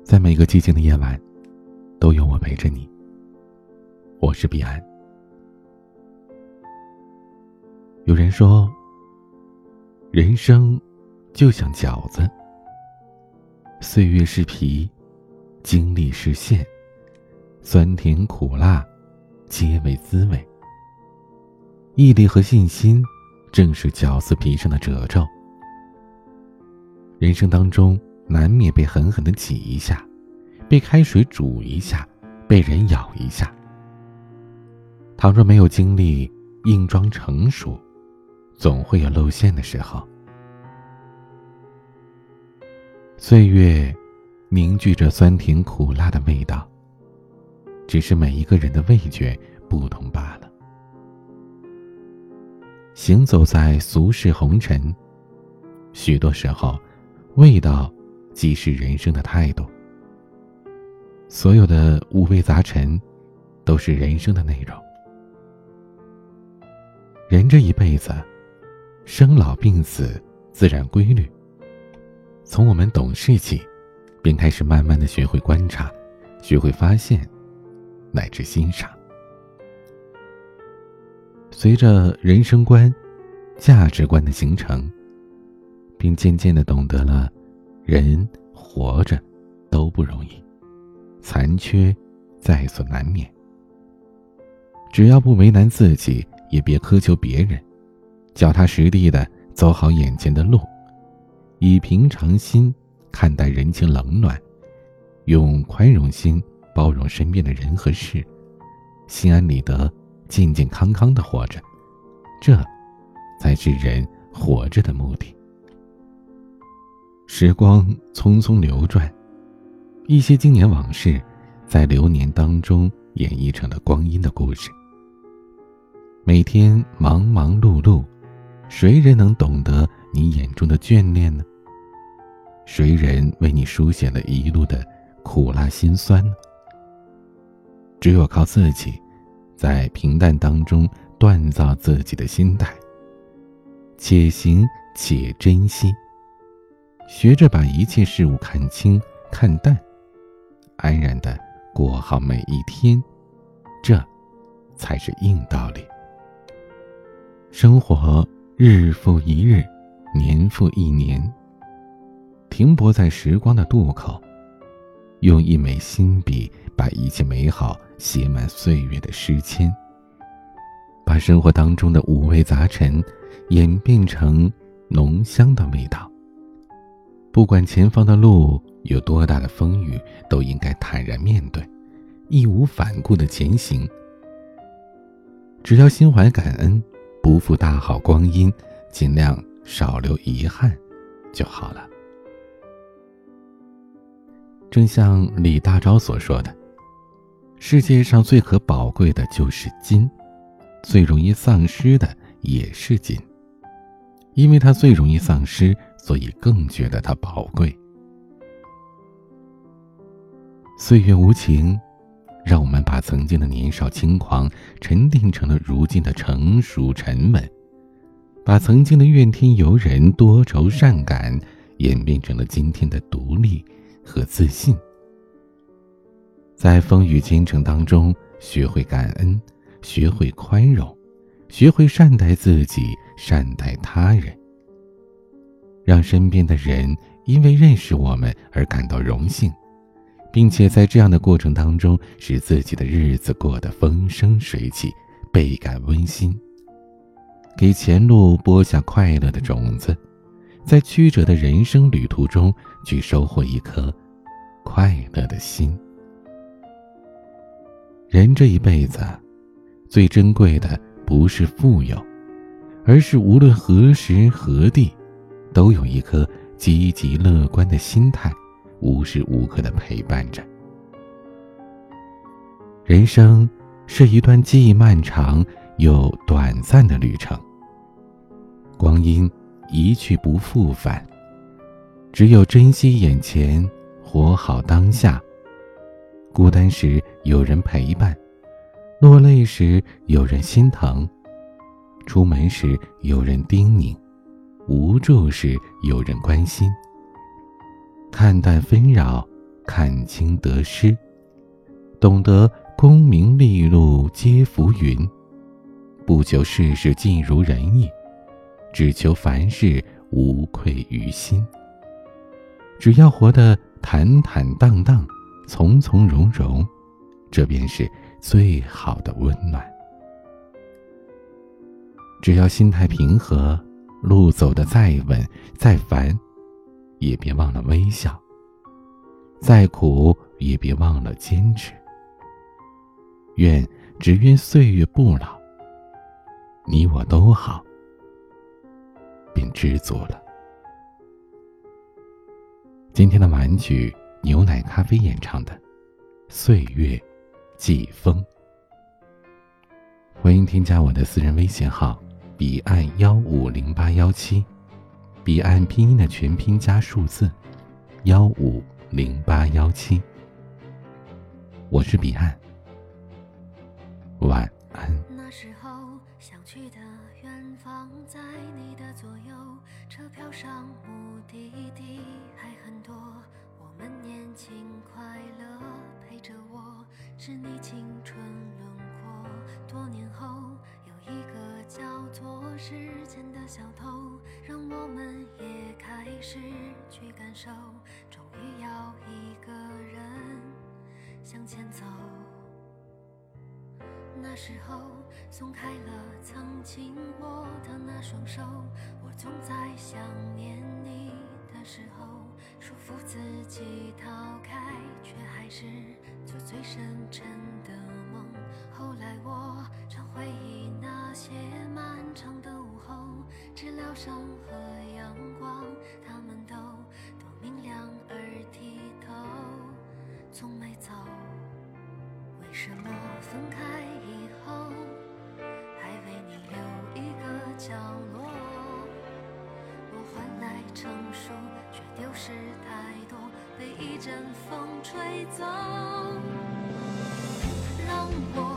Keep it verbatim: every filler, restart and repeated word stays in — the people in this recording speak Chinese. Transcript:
在每个寂静的夜晚，都有我陪着你。我是彼岸。有人说，人生就像饺子，岁月是皮，经历是馅，酸甜苦辣皆为滋味。毅力和信心正是饺子皮上的褶皱。人生当中难免被狠狠地挤一下，被开水煮一下，被人咬一下。倘若没有经历硬装成熟，总会有露馅的时候。岁月凝聚着酸甜苦辣的味道，只是每一个人的味觉不同罢了。行走在俗世红尘，许多时候味道即是人生的态度。所有的五味杂陈都是人生的内容。人这一辈子，生老病死自然规律。从我们懂事起，便开始慢慢的学会观察，学会发现，乃至欣赏。随着人生观、价值观的形成，并渐渐地懂得了人活着都不容易，残缺在所难免。只要不为难自己，也别苛求别人，脚踏实地地走好眼前的路，以平常心看待人情冷暖，用宽容心包容身边的人和事，心安理得，健健康康地活着，这才是人活着的目的。时光匆匆流转，一些经年往事在流年当中演绎成了光阴的故事。每天忙忙碌碌，谁人能懂得你眼中的眷恋呢？谁人为你书写了一路的苦辣辛酸呢？只有靠自己，在平淡当中锻造自己的心态，且行且珍惜，学着把一切事物看清看淡，安然地过好每一天，这才是硬道理。生活日复一日，年复一年，停泊在时光的渡口，用一枚新笔把一切美好写满岁月的诗签，把生活当中的五味杂陈演变成浓香的味道。不管前方的路有多大的风雨，都应该坦然面对，义无反顾地前行。只要心怀感恩，不负大好光阴，尽量少留遗憾就好了。正像李大钊所说的，世界上最可宝贵的就是金，最容易丧失的也是金。因为它最容易丧失，所以更觉得它宝贵。岁月无情，让我们把曾经的年少轻狂沉淀成了如今的成熟沉稳，把曾经的怨天尤人、多愁善感演变成了今天的独立和自信。在风雨兼程当中，学会感恩，学会宽容，学会善待自己，善待他人，让身边的人因为认识我们而感到荣幸，并且在这样的过程当中，使自己的日子过得风生水起，倍感温馨，给前路播下快乐的种子，在曲折的人生旅途中去收获一颗快乐的心。人这一辈子，最珍贵的不是富有，而是无论何时何地，都有一颗积极乐观的心态，无时无刻地陪伴着。人生是一段既漫长又短暂的旅程，光阴一去不复返，只有珍惜眼前，活好当下。孤单时有人陪伴，落泪时有人心疼，出门时有人叮咛，无助时有人关心。看淡纷扰， 看清得失，懂得功名利禄皆浮云，不求事事尽如人意，只求凡事无愧于心。只要活得坦坦荡荡，从从容容，这便是最好的温暖。只要心态平和，路走得再稳再烦，也别忘了微笑，再苦也别忘了坚持。愿只愿岁月不老，你我都好，便知足了。今天的晚曲，牛奶咖啡演唱的《岁月季风》。欢迎添加我的私人微信号彼岸幺五零八幺七，彼岸拼音的全拼加数字幺五零八幺七。我是彼岸，晚安。 那时候想去的远方，在你的左右，车票上目的地还很多，我们年轻快乐陪着我，是你青春轮廓。多年后有一个叫做时间的小偷，让我们也开始去感受，终于要一个人向前走。那时候松开了曾紧握的那双手，我总在想念你的时候，说服自己逃开，却还是做最深沉的梦。后来我常回忆那些漫长的午后，知了声和阳光，它们都多明亮而剔透，从没走。为什么分开以后还为你留一个角落？我换来成熟，却丢失太多，被一阵风吹走。让我